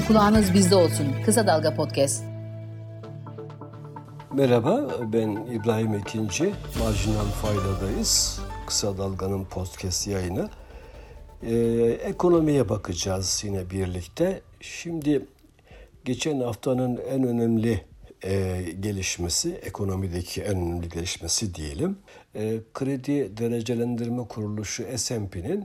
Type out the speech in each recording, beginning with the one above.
Kulağınız bizde olsun. Kısa Dalga Podcast. Merhaba, ben İbrahim Ekinci. Marjinal Fayda'dayız. Kısa Dalga'nın podcast yayını. Ekonomiye bakacağız yine birlikte. Şimdi geçen haftanın en önemli gelişmesi, ekonomideki en önemli gelişmesi diyelim. Kredi Derecelendirme Kuruluşu S&P'nin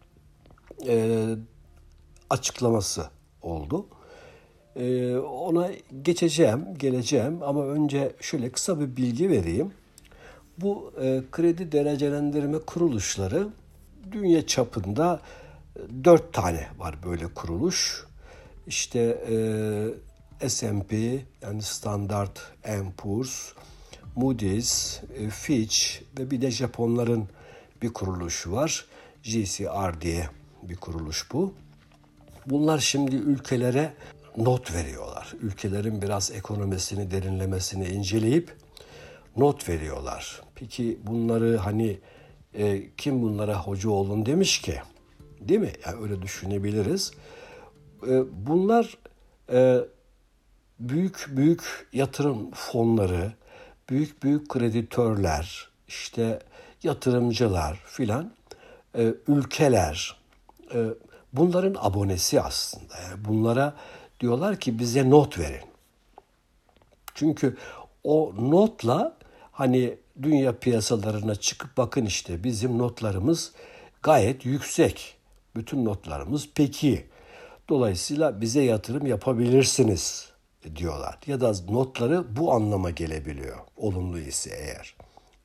açıklaması oldu. Ona geleceğim ama önce şöyle kısa bir bilgi vereyim. Bu kredi derecelendirme kuruluşları dünya çapında 4 tane var böyle kuruluş. İşte S&P yani Standard & Poor's, Moody's, Fitch ve bir de Japonların bir kuruluşu var. JCR diye bir kuruluş bu. Bunlar şimdi ülkelere not veriyorlar. Ülkelerin biraz ekonomisini, derinlemesini inceleyip not veriyorlar. Peki bunları kim bunlara hoca olun demiş ki? Değil mi? Yani öyle düşünebiliriz. Bunlar büyük yatırım fonları, büyük kreditörler, işte yatırımcılar filan, ülkeler, bunların abonesi aslında. Yani bunlara diyorlar ki bize not verin. Çünkü o notla dünya piyasalarına çıkıp bakın işte bizim notlarımız gayet yüksek. Bütün notlarımız peki. Dolayısıyla bize yatırım yapabilirsiniz diyorlar. Ya da notları bu anlama gelebiliyor. Olumlu ise eğer.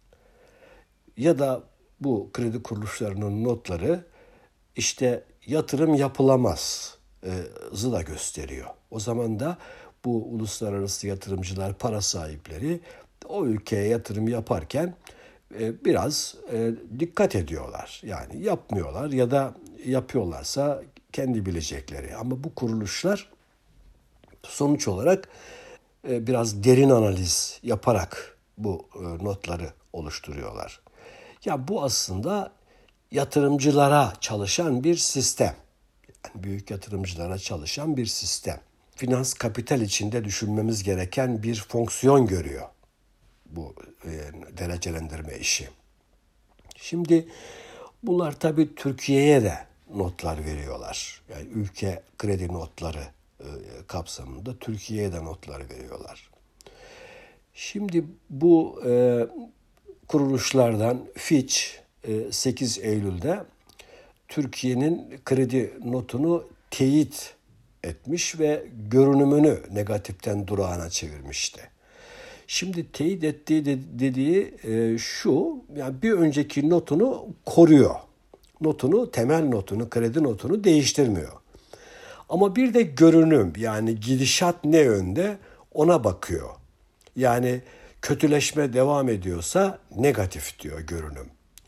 Ya da bu kredi kuruluşlarının notları işte yatırım yapılamaz da gösteriyor. O zaman da bu uluslararası yatırımcılar, para sahipleri o ülkeye yatırım yaparken biraz dikkat ediyorlar. Yani yapmıyorlar ya da yapıyorlarsa kendi bilecekleri. Ama bu kuruluşlar sonuç olarak biraz derin analiz yaparak bu notları oluşturuyorlar. Ya bu aslında yatırımcılara çalışan bir sistem. Yani büyük yatırımcılara çalışan bir sistem. Finans kapital içinde düşünmemiz gereken bir fonksiyon görüyor bu derecelendirme işi. Şimdi bunlar tabii Türkiye'ye de notlar veriyorlar. Yani ülke kredi notları kapsamında Türkiye'ye de notlar veriyorlar. Şimdi bu kuruluşlardan Fitch 8 Eylül'de Türkiye'nin kredi notunu teyit etmiş ve görünümünü negatiften durağına çevirmişti. Şimdi teyit ettiği dediği şu, yani bir önceki notunu koruyor. Temel notunu, kredi notunu değiştirmiyor. Ama bir de görünüm, yani gidişat ne yönde ona bakıyor. Yani kötüleşme devam ediyorsa negatif diyor görünüm.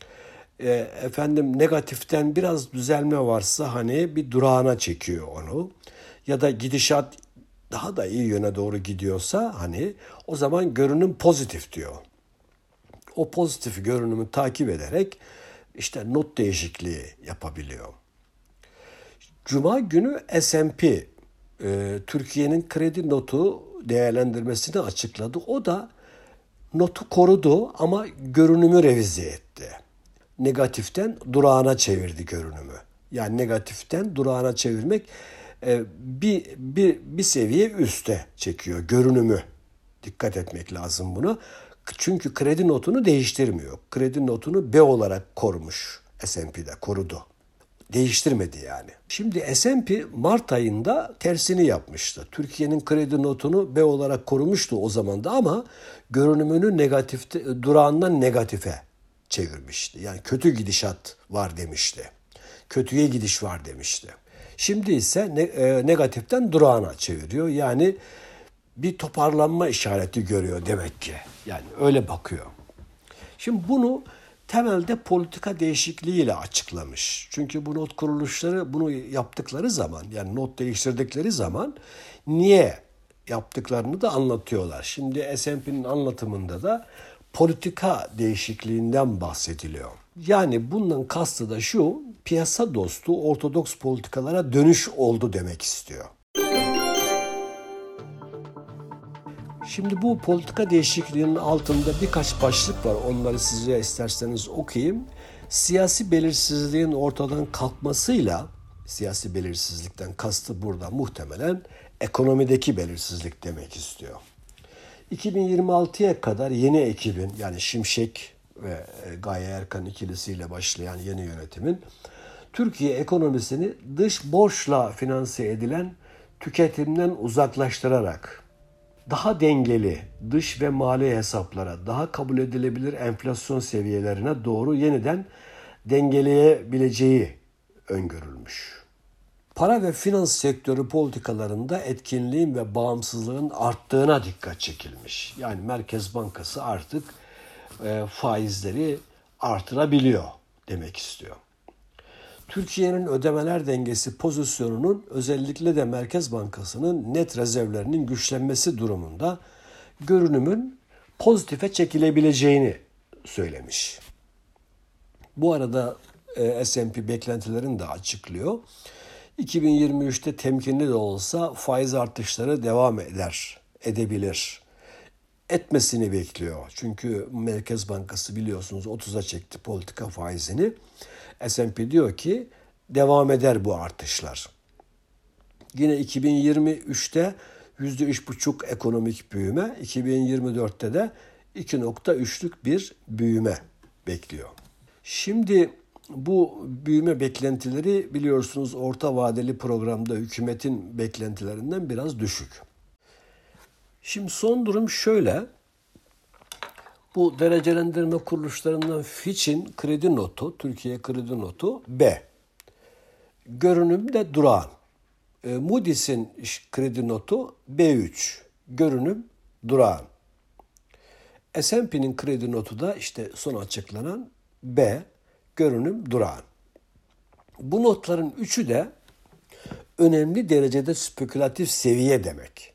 Negatiften biraz düzelme varsa bir durağına çekiyor onu. Ya da gidişat daha da iyi yöne doğru gidiyorsa o zaman görünüm pozitif diyor. O pozitif görünümü takip ederek işte not değişikliği yapabiliyor. Cuma günü S&P Türkiye'nin kredi notu değerlendirmesini açıkladı. O da notu korudu ama görünümü revize etti. Negatiften durağına çevirdi görünümü. Yani negatiften durağına çevirmek bir seviye üste çekiyor görünümü. Dikkat etmek lazım buna. Çünkü kredi notunu değiştirmiyor. Kredi notunu B olarak korumuş. S&P'de korudu. Değiştirmedi yani. Şimdi S&P Mart ayında tersini yapmıştı. Türkiye'nin kredi notunu B olarak korumuştu o zaman da ama görünümünü durağından negatife çevirmişti. Yani kötü gidişat var demişti. Kötüye gidiş var demişti. Şimdi ise negatiften durağına çeviriyor. Yani bir toparlanma işareti görüyor demek ki. Yani öyle bakıyor. Şimdi bunu temelde politika değişikliğiyle açıklamış. Çünkü bu not kuruluşları bunu yaptıkları zaman, yani not değiştirdikleri zaman niye yaptıklarını da anlatıyorlar. Şimdi S&P'nin anlatımında da politika değişikliğinden bahsediliyor. Yani bundan kastı da şu, piyasa dostu ortodoks politikalara dönüş oldu demek istiyor. Şimdi bu politika değişikliğinin altında birkaç başlık var. Onları size isterseniz okuyayım. Siyasi belirsizliğin ortadan kalkmasıyla, siyasi belirsizlikten kastı burada muhtemelen ekonomideki belirsizlik demek istiyor. 2026'ya kadar yeni ekibin, yani Şimşek ve Gaye Erkan ikilisiyle başlayan yeni yönetimin Türkiye ekonomisini dış borçla finanse edilen tüketimden uzaklaştırarak daha dengeli dış ve mali hesaplara, daha kabul edilebilir enflasyon seviyelerine doğru yeniden dengeleyebileceği öngörülmüş. Para ve finans sektörü politikalarında etkinliğin ve bağımsızlığın arttığına dikkat çekilmiş. Yani Merkez Bankası artık faizleri artırabiliyor demek istiyor. Türkiye'nin ödemeler dengesi pozisyonunun özellikle de Merkez Bankası'nın net rezervlerinin güçlenmesi durumunda görünümün pozitife çekilebileceğini söylemiş. Bu arada S&P beklentilerini de açıklıyor. 2023'te temkinli de olsa faiz artışları devam edebilir. Etmesini bekliyor. Çünkü Merkez Bankası biliyorsunuz 30'a çekti politika faizini. S&P diyor ki devam eder bu artışlar. Yine 2023'te %3,5 ekonomik büyüme, 2024'te de 2,3'lük bir büyüme bekliyor. Şimdi bu büyüme beklentileri biliyorsunuz orta vadeli programda hükümetin beklentilerinden biraz düşük. Şimdi son durum şöyle. Bu derecelendirme kuruluşlarından Fitch'in kredi notu, Türkiye kredi notu B. Görünümde durağan. Moody's'in kredi notu B3. Görünüm durağan. S&P'nin kredi notu da işte son açıklanan B. Görünüm durağan. Bu notların üçü de önemli derecede spekülatif seviye demek.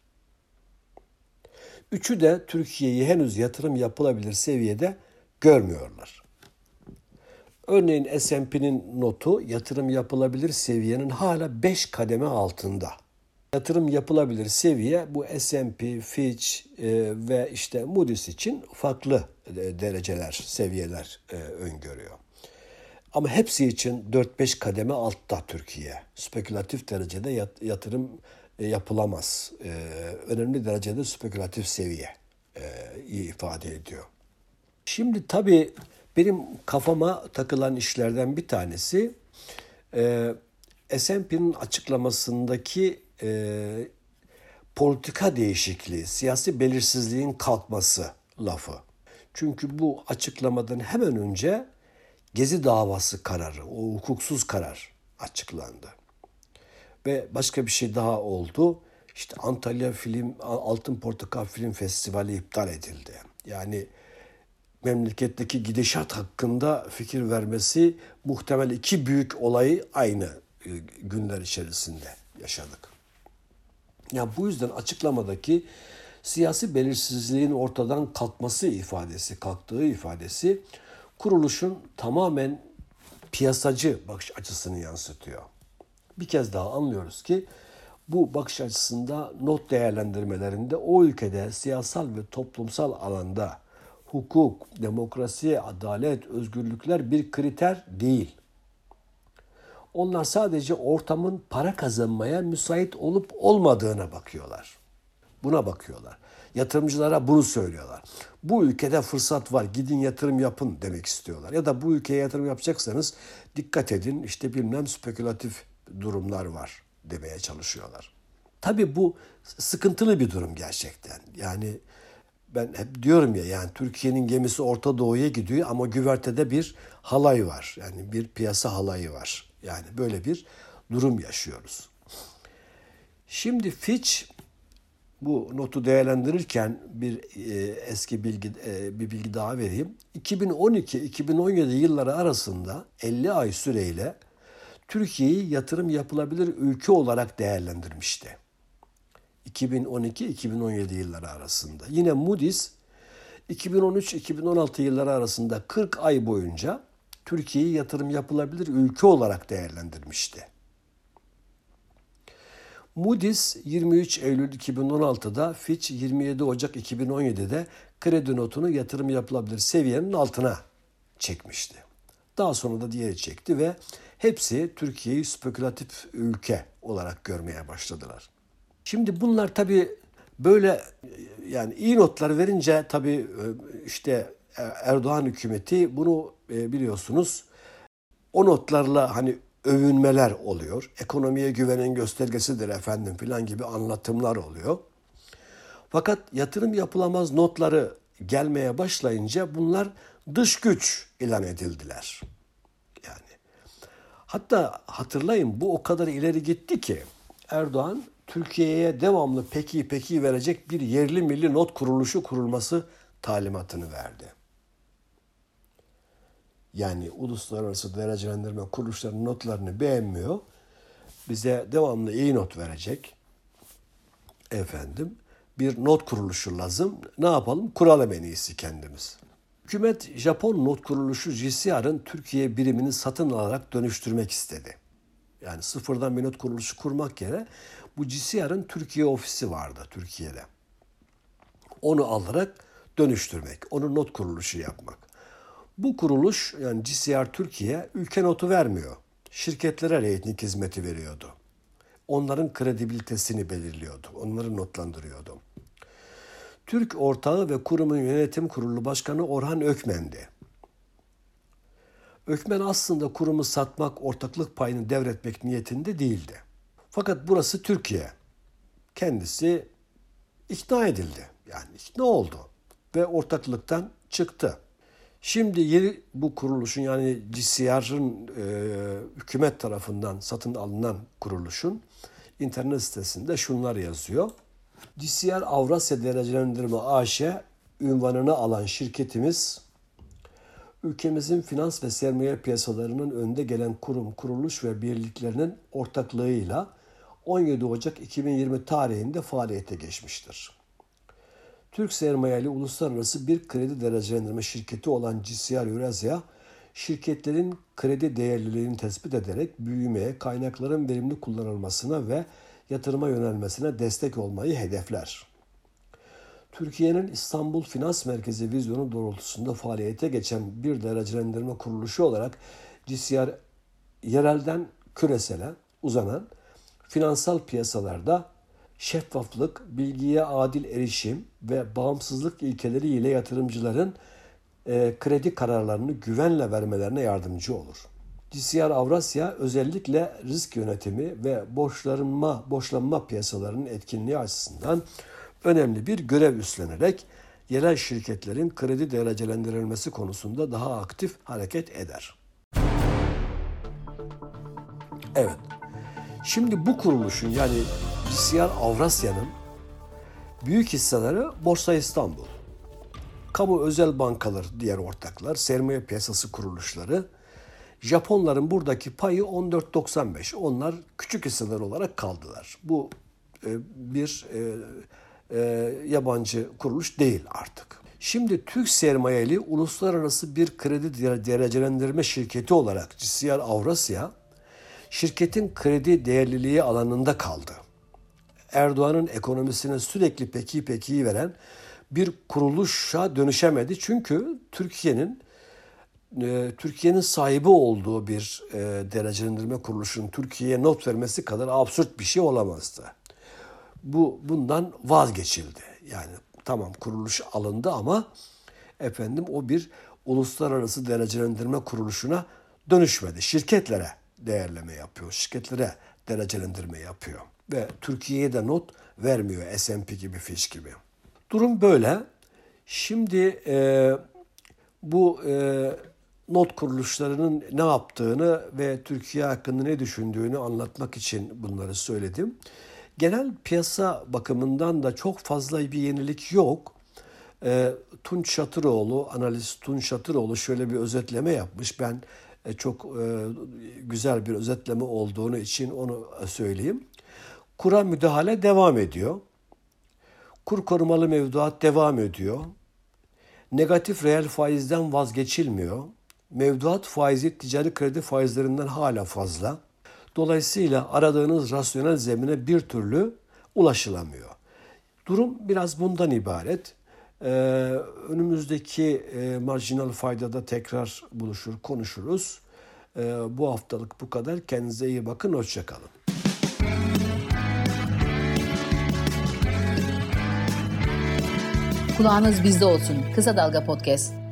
Üçü de Türkiye'yi henüz yatırım yapılabilir seviyede görmüyorlar. Örneğin S&P'nin notu yatırım yapılabilir seviyenin hala 5 kademe altında. Yatırım yapılabilir seviye bu S&P, Fitch ve işte Moody's için farklı dereceler, seviyeler öngörüyor. Ama hepsi için 4-5 kademe altta Türkiye. Spekülatif derecede yatırım yapılamaz. Önemli derecede spekülatif seviye ifade ediyor. Şimdi tabii benim kafama takılan işlerden bir tanesi S&P'nin açıklamasındaki politika değişikliği, siyasi belirsizliğin kalkması lafı. Çünkü bu açıklamadan hemen önce Gezi davası kararı, o hukuksuz karar açıklandı. Ve başka bir şey daha oldu. İşte Antalya Altın Portakal Film Festivali iptal edildi. Yani memleketteki gidişat hakkında fikir vermesi muhtemel iki büyük olayı aynı günler içerisinde yaşadık. Ya bu yüzden açıklamadaki siyasi belirsizliğin ortadan kalktığı ifadesi kuruluşun tamamen piyasacı bakış açısını yansıtıyor. Bir kez daha anlıyoruz ki bu bakış açısında not değerlendirmelerinde o ülkede siyasal ve toplumsal alanda hukuk, demokrasi, adalet, özgürlükler bir kriter değil. Onlar sadece ortamın para kazanmaya müsait olup olmadığına bakıyorlar. Buna bakıyorlar. Yatırımcılara bunu söylüyorlar. Bu ülkede fırsat var, gidin yatırım yapın demek istiyorlar. Ya da bu ülkeye yatırım yapacaksanız dikkat edin, işte bilmem spekülatif durumlar var demeye çalışıyorlar. Tabii bu sıkıntılı bir durum gerçekten. Yani ben hep diyorum ya, yani Türkiye'nin gemisi Orta Doğu'ya gidiyor ama güvertede bir halay var. Yani bir piyasa halayı var. Yani böyle bir durum yaşıyoruz. Şimdi Fitch bu notu değerlendirirken bir bilgi daha vereyim. 2012-2017 yılları arasında 50 ay süreyle Türkiye'yi yatırım yapılabilir ülke olarak değerlendirmişti. 2012-2017 yılları arasında. Yine Moody's 2013-2016 yılları arasında 40 ay boyunca Türkiye'yi yatırım yapılabilir ülke olarak değerlendirmişti. Moody's 23 Eylül 2016'da, Fitch 27 Ocak 2017'de kredi notunu yatırım yapılabilir seviyenin altına çekmişti. Daha sonra da diğeri çekti ve hepsi Türkiye'yi spekülatif ülke olarak görmeye başladılar. Şimdi bunlar tabii böyle yani iyi notlar verince tabii işte Erdoğan hükümeti bunu biliyorsunuz o notlarla hani övünmeler oluyor. Ekonomiye güvenin göstergesidir efendim filan gibi anlatımlar oluyor. Fakat yatırım yapılamaz notları gelmeye başlayınca bunlar dış güç ilan edildiler. Yani hatta hatırlayın bu o kadar ileri gitti ki Erdoğan Türkiye'ye devamlı peki verecek bir yerli milli not kuruluşu kurulması talimatını verdi. Yani uluslararası derecelendirme kuruluşlarının notlarını beğenmiyor. Bize devamlı iyi not verecek. Efendim bir not kuruluşu lazım. Ne yapalım? Kuralım en iyisi kendimiz. Hükümet Japon not kuruluşu JCR'ın Türkiye birimini satın alarak dönüştürmek istedi. Yani sıfırdan bir not kuruluşu kurmak yerine bu JCR'ın Türkiye ofisi vardı Türkiye'de. Onu alarak dönüştürmek, onu not kuruluşu yapmak. Bu kuruluş yani JCR Türkiye ülke notu vermiyor. Şirketlere reyting hizmeti veriyordu. Onların kredibilitesini belirliyordu. Onları notlandırıyordu. Türk ortağı ve kurumun yönetim kurulu başkanı Orhan Ökmen'di. Ökmen aslında kurumu satmak, ortaklık payını devretmek niyetinde değildi. Fakat burası Türkiye. Kendisi ikna edildi. Yani ikna oldu ve ortaklıktan çıktı. Şimdi yeni bu kuruluşun yani JCR'ın hükümet tarafından satın alınan kuruluşun internet sitesinde şunlar yazıyor. JCR Avrasya Derecelendirme AŞ ünvanını alan şirketimiz ülkemizin finans ve sermaye piyasalarının önde gelen kurum, kuruluş ve birliklerinin ortaklığıyla 17 Ocak 2020 tarihinde faaliyete geçmiştir. Türk sermayeli uluslararası bir kredi derecelendirme şirketi olan JCR Eurasia, şirketlerin kredi değerliliğini tespit ederek büyümeye, kaynakların verimli kullanılmasına ve yatırıma yönelmesine destek olmayı hedefler. Türkiye'nin İstanbul Finans Merkezi vizyonu doğrultusunda faaliyete geçen bir derecelendirme kuruluşu olarak JCR, yerelden küresele uzanan finansal piyasalarda şeffaflık, bilgiye adil erişim ve bağımsızlık ilkeleriyle yatırımcıların kredi kararlarını güvenle vermelerine yardımcı olur. JCR Avrasya özellikle risk yönetimi ve borçlanma piyasalarının etkinliği açısından önemli bir görev üstlenerek yerel şirketlerin kredi derecelendirilmesi konusunda daha aktif hareket eder. Evet. Şimdi bu kuruluşun yani JCR Avrasya'nın büyük hisseleri Borsa İstanbul, kamu özel bankalar, diğer ortaklar, sermaye piyasası kuruluşları, Japonların buradaki payı 14.95. Onlar küçük hisseler olarak kaldılar. Bu bir yabancı kuruluş değil artık. Şimdi Türk sermayeli uluslararası bir kredi derecelendirme şirketi olarak JCR Avrasya, şirketin kredi değerliliği alanında kaldı. Erdoğan'ın ekonomisine sürekli peki veren bir kuruluşa dönüşemedi. Çünkü Türkiye'nin sahibi olduğu bir derecelendirme kuruluşunun Türkiye'ye not vermesi kadar absürt bir şey olamazdı. Bundan vazgeçildi. Yani tamam kuruluş alındı ama o bir uluslararası derecelendirme kuruluşuna dönüşmedi. Şirketlere değerleme yapıyor, şirketlere derecelendirme yapıyor ve Türkiye'ye de not vermiyor S&P gibi, Fitch gibi. Durum böyle. Şimdi bu not kuruluşlarının ne yaptığını ve Türkiye hakkında ne düşündüğünü anlatmak için bunları söyledim. Genel piyasa bakımından da çok fazla bir yenilik yok. Tunç Şatıroğlu, analist Tunç Şatıroğlu şöyle bir özetleme yapmış. Ben çok güzel bir özetleme olduğunu için onu söyleyeyim. Kura müdahale devam ediyor. Kur korumalı mevduat devam ediyor. Negatif reel faizden vazgeçilmiyor. Mevduat faizi ticari kredi faizlerinden hala fazla. Dolayısıyla aradığınız rasyonel zemine bir türlü ulaşılamıyor. Durum biraz bundan ibaret. Önümüzdeki marjinal faydada tekrar buluşur, konuşuruz. Bu haftalık bu kadar. Kendinize iyi bakın, hoşça kalın. Kulağınız bizde olsun. Kısa Dalga Podcast.